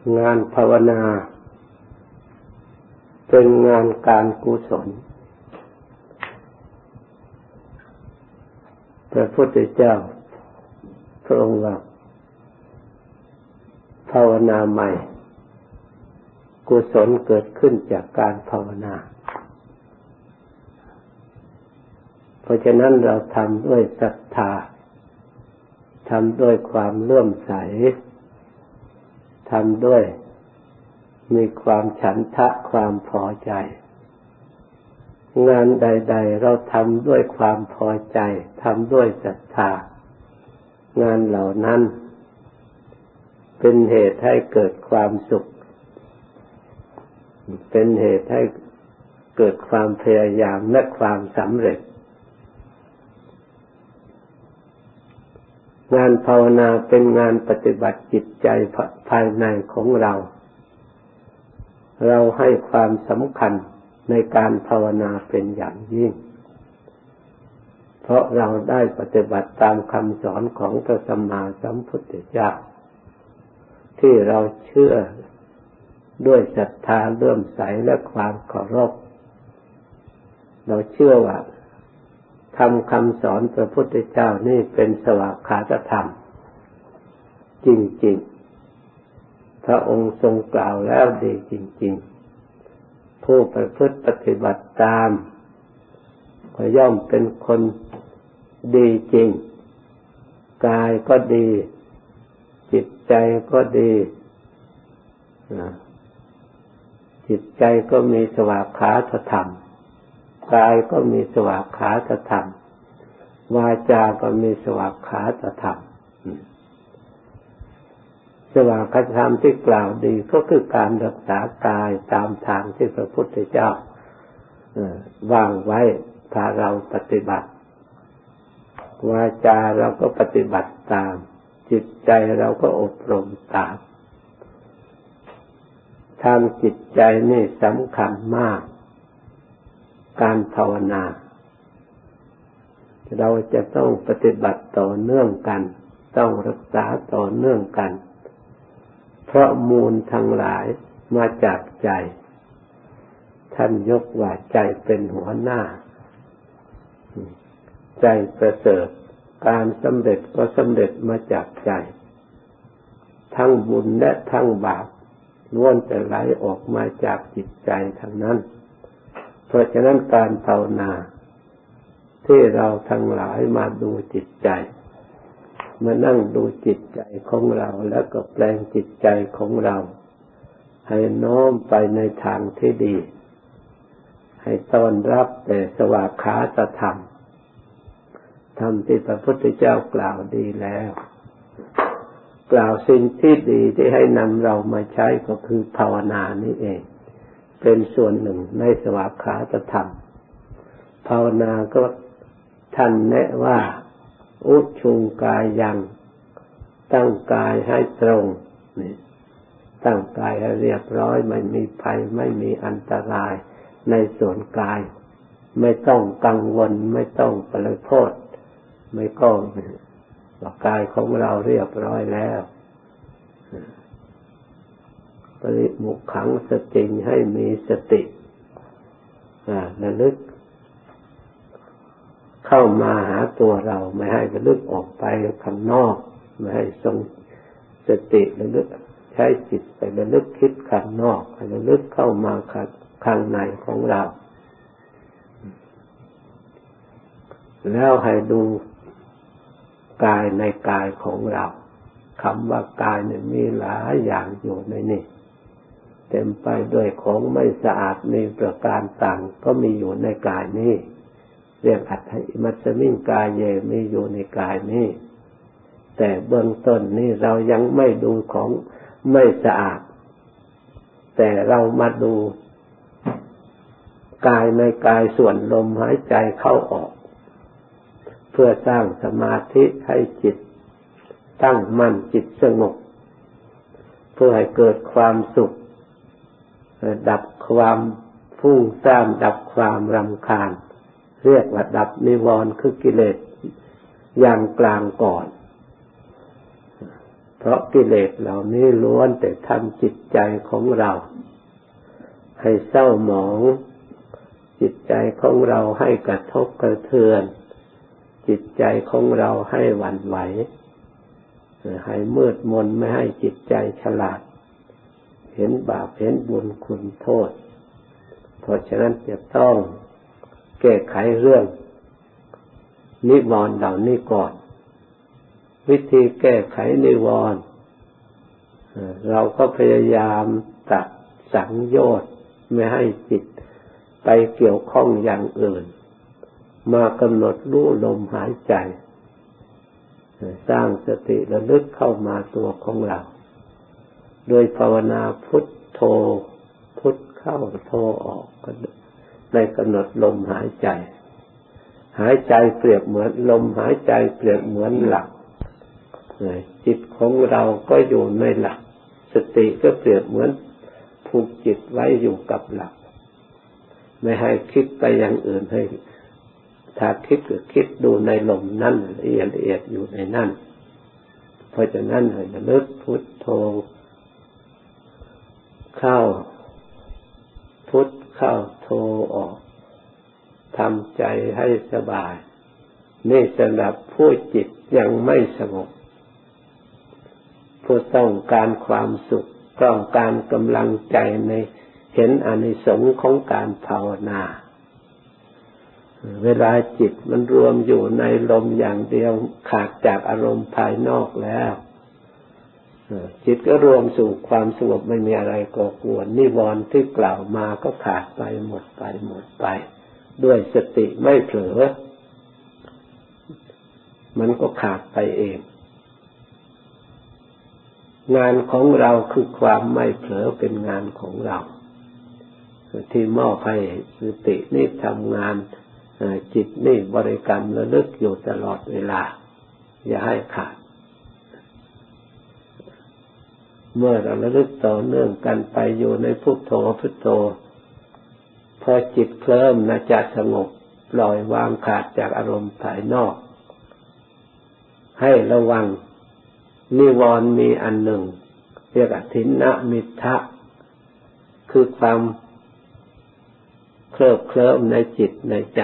งานภาวนาเป็นงานการกุศลพระพุทธเจ้าพระองค์ว่าภาวนาใหม่กุศลเกิดขึ้นจากการภาวนาเพราะฉะนั้นเราทำด้วยศรัทธาทำด้วยความเลื่อมใสทำด้วยมีความฉันทะความพอใจงานใดๆเราทำด้วยความพอใจทำด้วยศรัทธางานเหล่านั้นเป็นเหตุให้เกิดความสุขเป็นเหตุให้เกิดความพยายามและความสำเร็จงานภาวนาเป็นงานปฏิบัติจิตใจภายในของเราให้ความสำคัญในการภาวนาเป็นอย่างยิ่งเพราะเราได้ปฏิบัติตามคำสอนของพระสัมมาสัมพุทธเจ้าที่เราเชื่อด้วยศรัทธาเลื่อมใสและความเคารพเราเชื่อว่าธรรมคำสอนพระพุทธเจ้านี่เป็นสวากขาตธรรมจริงๆพระองค์ทรงกล่าวแล้วดีจริงๆผู้ประพฤติปฏิบัติตามก็ย่อมเป็นคนดีจริงกายก็ดีจิตใจก็ดีจิตใจก็มีสวากขาตธรรมกายก็มีสวากขาตธรรมวาจาก็มีสวากขาตธรรมสวากขาตธรรมที่กล่าวดีก็คือการรักษากายตามทางที่พระพุทธเจ้าวางไว้ถ้าเราปฏิบัติวาจาเราก็ปฏิบัติตามจิตใจเราก็อบรมตามทางจิตใจนี่สำคัญมากการภาวนาเราจะต้องปฏิบัติต่อเนื่องกันต้องรักษาต่อเนื่องกันเพราะมูลทั้งหลายมาจากใจท่านยกว่าใจเป็นหัวหน้าใจประเสริฐการสำเร็จก็สำเร็จมาจากใจทั้งบุญและทั้งบาปล้วนแต่ไหลออกมาจากจิตใจทั้งนั้นเพราะฉะนั้นการภาวนาที่เราทั้งหลายมาดูจิตใจมานั่งดูจิตใจของเราแล้วก็แปลงจิตใจของเราให้น้อมไปในทางที่ดีให้ต้อนรับแต่สวากขาตธรรมธรรมที่พระพุทธเจ้ากล่าวดีแล้วกล่าวสิ่งที่ดีที่ให้นำเรามาใช้ก็คือภาวนานี่เองเป็นส่วนหนึ่งในสวากขาตธรรมภาวนาก็ท่านแนะว่าอุจชุงกายยังตั้งกายให้ตรงนี่ตั้งกายให้เรียบร้อยไม่มีภัยไม่มีอันตรายในส่วนกายไม่ต้องกังวลไม่ต้องประโทษไม่ก็ว่ากายของเราเรียบร้อยแล้วปริมุขขังสติให้มีสติระลึกเข้ามาหาตัวเราไม่ให้ระลึกออกไปข้างนอกไม่ให้ทรงสติระลึกใช้จิตไประลึกคิดข้างนอกให้ระลึกเข้ามาข้างในของเราแล้วให้ดูกายในกายของเราคำว่ากายเนี่ยมีหลายอย่างอยู่ในนี้เต็มไปด้วยของไม่สะอาดในประการต่างก็มีอยู่ในกายนี้เรียกอัตถิมัสสมิงกายเยมีอยู่ในกายนี้แต่เบื้องต้นนี้เรายังไม่ดูของไม่สะอาดแต่เรามาดูกายในกายส่วนลมหายใจเข้าออกเพื่อสร้างสมาธิให้จิตตั้งมั่นจิตสงบเพื่อให้เกิดความสุขดับความฟุ้งซ่านดับความรำคาญเรียกว่าดับนิวรณ์คือกิเลสอย่างกลางก่อนพเพราะกิเลสเหล่านี้ล้วนแต่ทำจิตใจของเราให้เศร้าหมองจิตใจของเราให้กระทบกระเทือนจิตใจของเราให้หวั่นไหวให้มืดมนไม่ให้จิตใจฉลาดเห็นบาปเห็นบุญคุณโทษเพราะฉะนั้นจะต้องแก้ไขเรื่องนิวรณ์เหล่านี้ก่อนวิธีแก้ไขนิวรณ์เราก็พยายามตัดสังโยชน์ไม่ให้จิตไปเกี่ยวข้องอย่างอื่นมากำหนดรู้ลมหายใจสร้างสติระลึกเข้ามาตัวของเราโดยภาวนาพุทโธพุทเข้าโธออกในกำหนดลมหายใจหายใจเปรียบเหมือนลมหายใจเปรียบเหมือนหลักจิตของเราก็อยู่ในหลักสติก็เปรียบเหมือนผูกจิตไว้อยู่กับหลักไม่ให้คิดไปอย่างอื่นให้ถ้าคิดก็คิดดูในลมนั่นละเอียดอยู่ในนั่นเพราะฉะนั้นให้ระลึกพุทโธเข้าพุทเข้าโธออกทำใจให้สบายนี่สำหรับผู้จิตยังไม่สงบผู้ต้องการความสุขต้องการกำลังใจในเห็นอานิสงส์ของการภาวนาเวลาจิตมันรวมอยู่ในลมอย่างเดียวขาดจากอารมณ์ภายนอกแล้วจิตก็รวมสู่ความสงบไม่มีอะไรก่อกวนนิวรณ์ที่กล่าวมาก็ขาดไปหมดไปด้วยสติไม่เผลอมันก็ขาดไปเองงานของเราคือความไม่เผลอเป็นงานของเราที่มอบให้สตินี่ทำงานจิตนี่บริกรรมระลึกอยู่ตลอดเวลาอย่าให้ขาดเมื่อเราระลึกต่อเนื่องกันไปอยู่ในพุทโธพุทโธพอจิตเคลิ้มนะจะสงบปล่อยวางขาดจากอารมณ์ภายนอกให้ระวังนิวรณ์มีอันหนึ่งเรียกทินนะมิทธะคือความเคลิ้มในจิตในใจ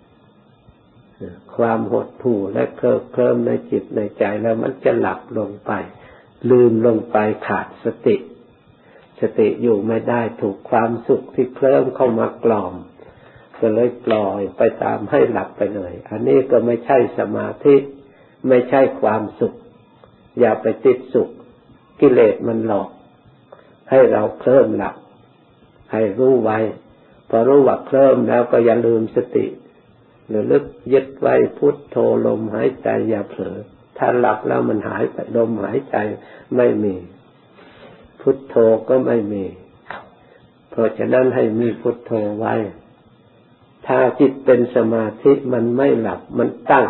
ความหดหู่และเคลิ้มในจิตในใจแล้วมันจะหลับลงไปลืมลงไปขาดสติอยู่ไม่ได้ถูกความสุขที่เคลิ้มเข้ามากล่อมก็เลยปล่อยไปตามให้หลับไปเลยอันนี้ก็ไม่ใช่สมาธิไม่ใช่ความสุขอย่าไปติดสุขกิเลสมันหลอกให้เราเคลิ้มหลับให้รู้ไว้พอรู้ว่าเคลิ้มแล้วก็อย่าลืมสติระลึกยึดไว้พุทโธลมหายใจอย่าเผลอถ้าหลับแล้วมันหายไปลมหายใจไม่มีพุทโธก็ไม่มีเพราะฉะนั้นให้มีพุทโธไว้ถ้าจิตเป็นสมาธิมันไม่หลับมันตั้ง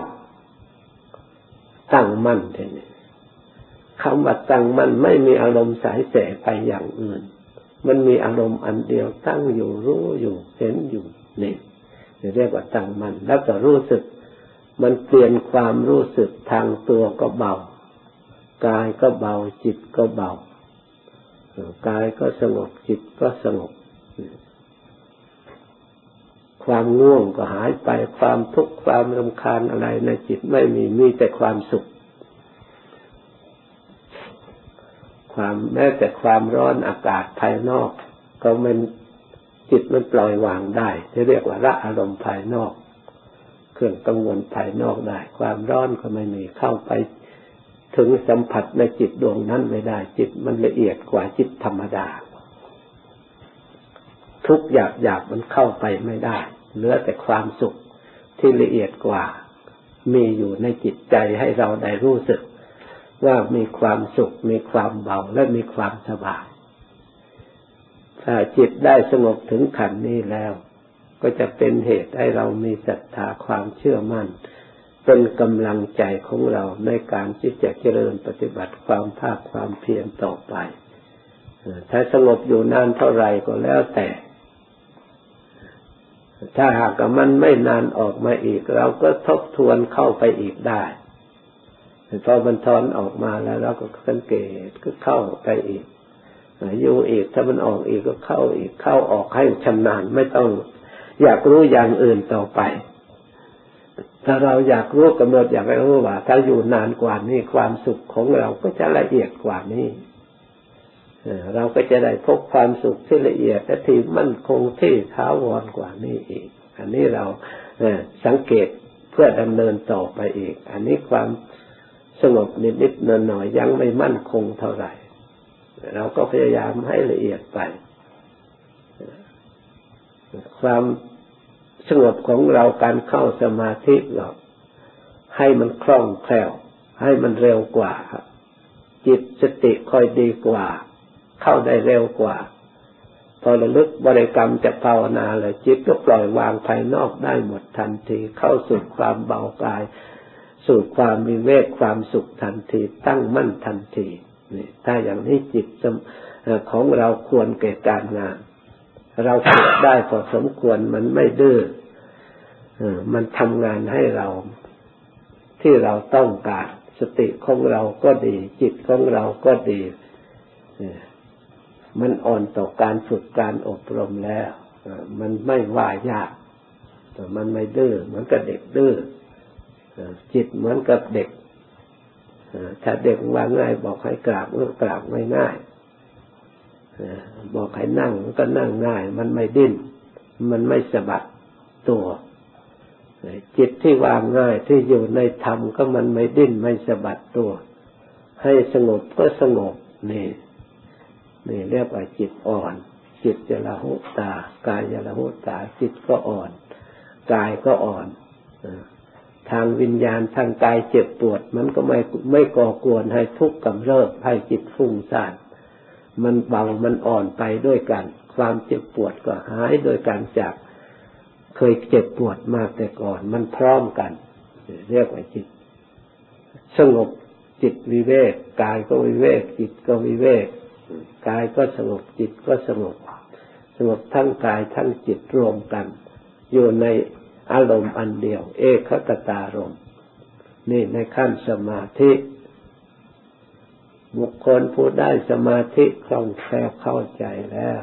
มั่นทีนี้คำว่าตั้งมั่นไม่มีอารมณ์สายแสไปอย่างอื่นมันมีอารมณ์อันเดียวตั้งอยู่รู้อยู่เห็นอยู่นี่เรียกว่าตั้งมั่นแล้วก็รู้สึกมันเปลี่ยนความรู้สึกทางตัวก็เบากายก็เบาจิตก็เบากายก็สงบจิตก็สงบความง่วงก็หายไปความทุกข์ความรำคาญอะไรในจิตไม่มีแต่ความสุขแม้แต่ความร้อนอากาศภายนอกก็มันจิตมันปล่อยวางได้ที่เรียกว่าละอารมณ์ภายนอกเครื่องกังวลภายนอกได้ความร้อนก็ไม่มีเข้าไปถึงสัมผัสในจิตดวงนั้นไม่ได้จิตมันละเอียดกว่าจิตธรรมดาทุกหยาบมันเข้าไปไม่ได้เหลือแต่ความสุขที่ละเอียดกว่ามีอยู่ในจิตใจให้เราได้รู้สึกว่ามีความสุขมีความเบาและมีความสบายถ้าจิตได้สงบถึงขั้นนี้แล้วก็จะเป็นเหตุให้เรามีศรัทธาความเชื่อมั่นเป็นกำลังใจของเราในการที่จะเจริญปฏิบัติความภาคความเพียรต่อไปถ้าสงบอยู่นานเท่าไหร่ก็แล้วแต่ถ้าหากมันไม่นานออกมาอีกเราก็ทบทวนเข้าไปอีกได้พอมันถอนออกมาแล้วเราก็สังเกตก็เข้าไปอีกอยู่อีกถ้ามันออกอีกก็เข้าอีกเข้าออกให้ชำนาญไม่ต้องอยากรู้อย่างอื่นต่อไปถ้าเราอยากรู้กำหนดอยากรู้ว่าถ้าอยู่นานกว่านี้ความสุขของเราก็จะละเอียดกว่านี้เราก็จะได้พบความสุขที่ละเอียดและที่มั่นคงที่ถาวรกว่านี้อีกอันนี้เราสังเกตเพื่อดำเนินต่อไปอีกอันนี้ความสงบนิดๆหน่อยๆยังไม่มั่นคงเท่าไหร่เราก็พยายามให้ละเอียดไปความสงบของเราการเข้าสมาธิเราให้มันคล่องแคล่วให้มันเร็วกว่าจิตสติค่อยดีกว่าเข้าได้เร็วกว่าพอระลึกบริกรรมจะภาวนาเลยจิตก็ปล่อยวางภายนอกได้หมดทันทีเข้าสู่ความเบากายสู่ความวิเวกความสุขทันทีตั้งมั่นทันทีนี่ถ้าอย่างนี้จิตของเราควรแก่การงานเราฝึกได้พอสมควรมันไม่ดื้อมันทำงานให้เราที่เราต้องการสติของเราก็ดีจิตของเราก็ดีมันอ่อนต่อการฝึกการอบรมแล้วมันไม่ว่ายากแต่มันไม่ดื้อเหมือนกับเด็กดื้อจิตเหมือนกับเด็กถ้าเด็กว่าง่ายบอกให้กราบก็กราบไม่ง่ายบอกให้นั่งก็นั่งง่ายมันไม่ดิ้นมันไม่สะบัดตัวจิตที่วางง่ายที่อยู่ในธรรมก็มันไม่ดิ้นไม่สะบัดตัวให้สงบก็สงบนี่เรียกว่าจิตอ่อนจิตจะละหุตากายจะละหุตาจิตก็อ่อนกายก็อ่อนทางวิญญาณทางกายเจ็บปวดมันก็ไม่ก่อกวนให้ทุกข์กำเริบให้จิตฟุ้งซ่านมันเบามันอ่อนไปด้วยกันความเจ็บปวดก็หายโดยการจากเคยเจ็บปวดมากแต่ก่อนมันพร้อมกันเรียกว่าจิตสงบจิตวิเวกกายก็วิเวกจิตก็วิเวกกายก็สงบจิตก็สงบทั้งกายทั้งจิตรวมกันอยู่ในอารมณ์อันเดียวเอกคตารมณ์นี่ในขั้นสมาธิบุคคลผู้ได้สมาธิคล่องแคล่วเข้าใจแล้ว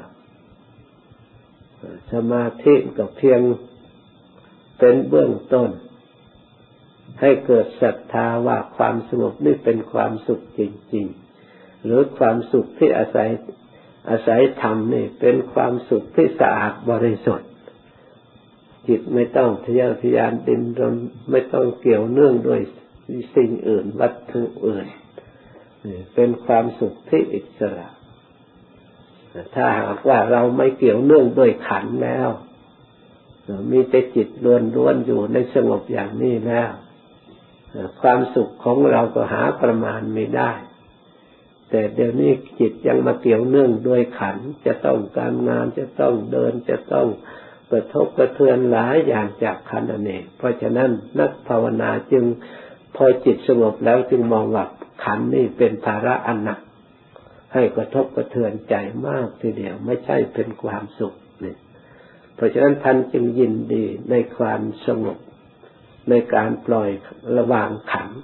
สมาธิก็เพียงเป็นเบื้องต้นให้เกิดศรัทธาว่าความสงบนี่เป็นความสุขจริงๆหรือความสุขที่อาศัยธรรมนี่เป็นความสุขที่สะอาดบริสุทธิ์จิตไม่ต้องทะเยอทะยานดิ้นรนไม่ต้องเกี่ยวเนื่องด้วยสิ่งอื่นวัตถุอื่นเป็นความสุขที่อิสระถ้าหากว่าเราไม่เกี่ยวเนื่องด้วยขันธ์แล้วมีแต่จิตล้วนๆอยู่ในสงบอย่างนี้แล้วความสุขของเราก็หาประมาณไม่ได้แต่เดี๋ยวนี้จิตยังมาเกี่ยวเนื่องด้วยขันธ์จะต้องการงานจะต้องเดินจะต้องกระทบกระเทือนหลายอย่างจากขันธ์นั่นเองเพราะฉะนั้นนักภาวนาจึงพอจิตสงบแล้วจึงมองว่าขันธ์นี่เป็นภาระอันหนักให้กระทบกระเทือนใจมากทีเดียวไม่ใช่เป็นความสุขนี่เพราะฉะนั้นท่านจึงยินดีในความสงบในการปล่อยระวางขันธ์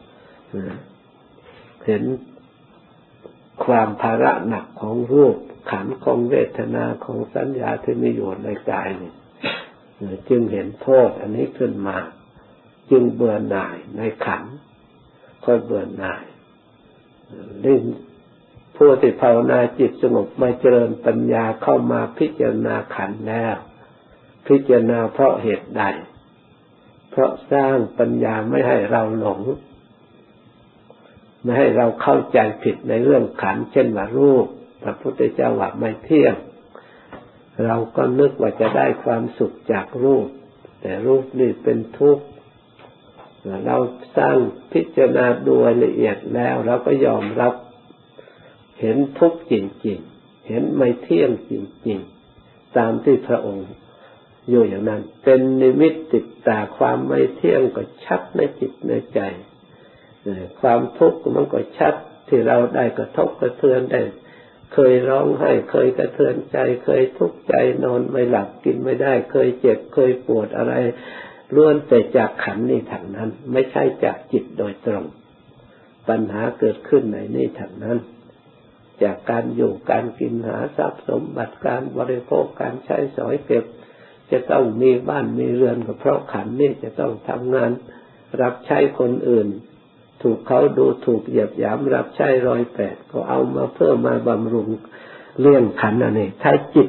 เห็นความภาระหนักของรูปขันธ์ของเวทนาของสัญญาที่มีอยู่ในกายนี่จึงเห็นโทษอันนี้ขึ้นมาจึงเบื่อหน่ายในขันธ์ค่อยเบื่อหน่ายลิ้นผู้ที่ภาวนาจิตสงบมาเจริญปัญญาเข้ามาพิจารณาขันธ์แล้วพิจารณาเพราะเหตุใดเพราะสร้างปัญญาไม่ให้เราหลงไม่ให้เราเข้าใจผิดในเรื่องขันธ์เช่นว่ารูปพระพุทธเจ้าว่าไม่เที่ยงเราก็นึกว่าจะได้ความสุขจากรูปแต่รูปนี่เป็นทุกข์เราสร้างพิจารณาโดยละเอียดแล้วเราก็ยอมรับเห็นทุกข์จริงๆเห็นไม่เที่ยงจริงๆตามที่พระองค์อยู่อย่างนั้นเป็นนิมิตติดตาความไม่เที่ยงก็ชัดในจิตในใจความทุกข์มันก็ชัดที่เราได้กระทบกระเทือนได้เคยร้องไห้เคยกระเทือนใจเคยทุกข์ใจนอนไม่หลับกินไม่ได้เคยเจ็บเคยปวดอะไรล้วนแต่จากขันธ์นี่ทั้งนั้นไม่ใช่จากจิตโดยตรงปัญหาเกิดขึ้นในนี้ทั้งนั้นจากการอยู่การกินหาทรัพย์สมบัติการบริโภคการใช้สอยเก็บจะต้องมีบ้านมีเรือนก็เพราะขันธ์นี้จะต้องทำงานรับใช้คนอื่นถูกเขาดูถูกเหยียดหยามรับใช้108ก็เอามาเพื่อมาบำรุงเลี้ยงขันธ์อันนี้ถ้าจิต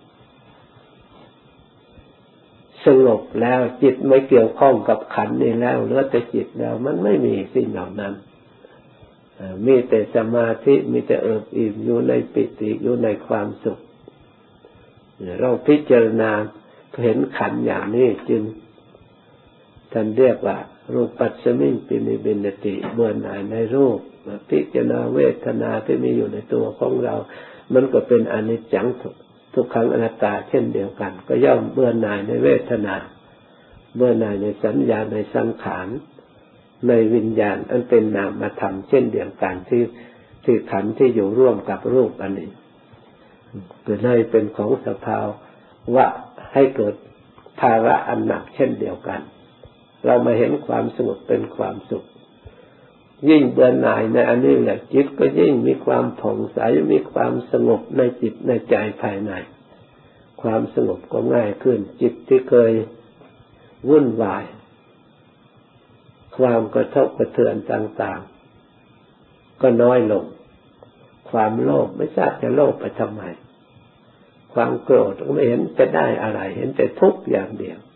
สงบแล้วจิตไม่เกี่ยวข้องกับขันธ์นี้แล้วเหลือแต่จิตแล้วมันไม่มีสิ่งเหล่านั้นมีแต่สมาธิมีแต่เอิบอิ่มอยู่ในปิติอยู่ในความสุขเราพิจารณาเห็นขันธ์อย่างนี้จึงท่านเรียกว่ารูปปัสสมิงปินิบินติเบื่อหน่ายในรูปพิจารณาเวทนาที่มีอยู่ในตัวของเรามันก็เป็นอนิจจังทุกขังอนัตตาเช่นเดียวกันก็ย่อมเบื่อหน่ายในเวทนาเบื่อหน่ายในสัญญาในสังขารในวิญญาณอันเป็นนามธรรมเช่นเดียวกันที่ขันธ์ที่อยู่ร่วมกับรูปอันนี้ก็เลยเป็นของสภาวะให้เกิดภาระอันหนักเช่นเดียวกันเรามาเห็นความสงบเป็นความสุขยิ่งเบื่อหน่ายในอันนี้แหละจิตก็ยิ่งมีความผ่องใสมีความสงบในจิตในใจภายในความสงบก็ง่ายขึ้นจิตที่เคยวุ่นวายความกระทบกระเทือนต่างๆก็น้อยลงความโลภไม่ทราบจะโลภไปทำไมความโกรธก็ไม่เห็นจะได้อะไรเห็นแต่ทุกข์อย่างเดียว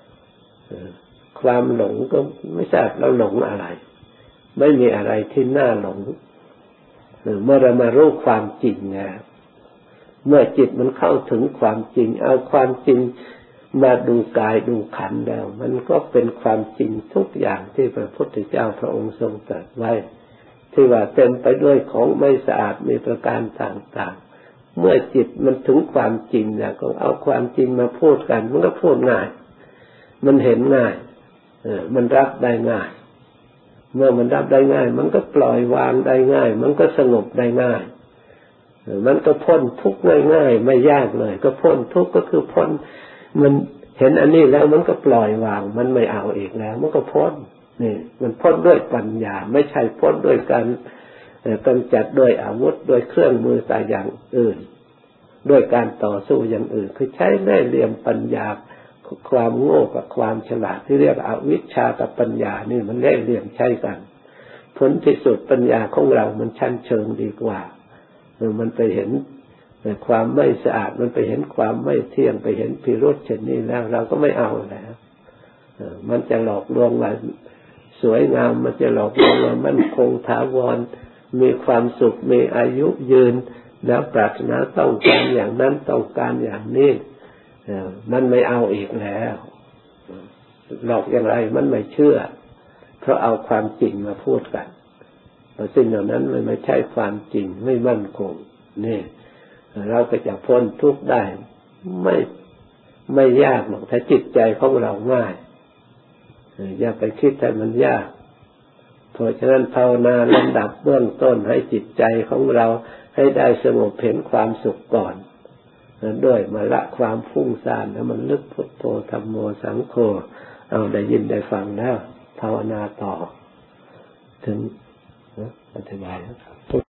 ความหลงก็ไม่ทราบเราหลงอะไรไม่มีอะไรที่น่าหลงเมื่อเรามารู้ความจริงแล้วเมื่อจิตมันเข้าถึงความจริงเอาความจริงมาดูกายดูขันธ์แล้วมันก็เป็นความจริงทุกอย่างที่พระพุทธเจ้าพระองค์ทรงตรัสไว้ที่ว่าเต็มไปด้วยของไม่สะอาดมีประการต่างๆเมื่อจิตมันถึงความจริงแล้วก็เอาความจริงมาพูดกันมันก็พูดง่ายมันเห็นง่ายมันรับได้ง่ายเมื่อมันรับได้ง่ายมันก็ปล่อยวางได้ง่ายมันก็สงบได้ง่ายมันก็พ้นทุกข์ง่ายๆไม่ยากเลยก็พ้นทุกข์ก็คือพ้นมันเห็นอันนี้แล้วมันก็ปล่อยวางมันไม่เอาอีกแล้วมันก็พ้นนี่มันพ้นด้วยปัญญาไม่ใช่พ้นด้วยการกำจัดด้วยอาวุธด้วยเครื่องมือแต่อย่างอื่นด้วยการต่อสู้อย่างอื่นคือใช้ได้เหลี่ยมปัญญาความโง่กับความฉลาดที่เรียกอวิชชากับปัญญานี่มันได้เหลี่ยมใช้กันผลที่สุดปัญญาของเรามันชั้นเชิงดีกว่ามันไปเห็นความไม่สะอาดมันไปเห็นความไม่เที่ยงไปเห็นพิรุธเช่นนี้แล้วเราก็ไม่เอาแล้วมันจะหลอกลวงว่าสวยงามมันจะหลอกลวงว่ามั่นคงถาวรมีความสุขมีอายุยืนแล้วปรารถนาต้องการอย่างนั้นต้องการอย่างนี้มันไม่เอาอีกแล้วหลอกอย่างไรมันไม่เชื่อเพราะเอาความจริงมาพูดกันสิ่งเหล่านั้นมันไม่ใช่ความจริงไม่มั่นคงนี่เราก็จะพ้นทุกข์ได้ไม่ยากหรอกถ้าจิตใจของเราง่ายอย่าไปคิดให้มันยากเพราะฉะนั้นภาวนาลำดับเบื้องต้นให้จิตใจของเราให้ได้สงบเห็นความสุขก่อนด้วยมาละความฟุ้งซ่านแล้วมันลึกพุทโธธัมโมสังโฆเอาได้ยินได้ฟังแล้วภาวนาต่อถึงอธิบาย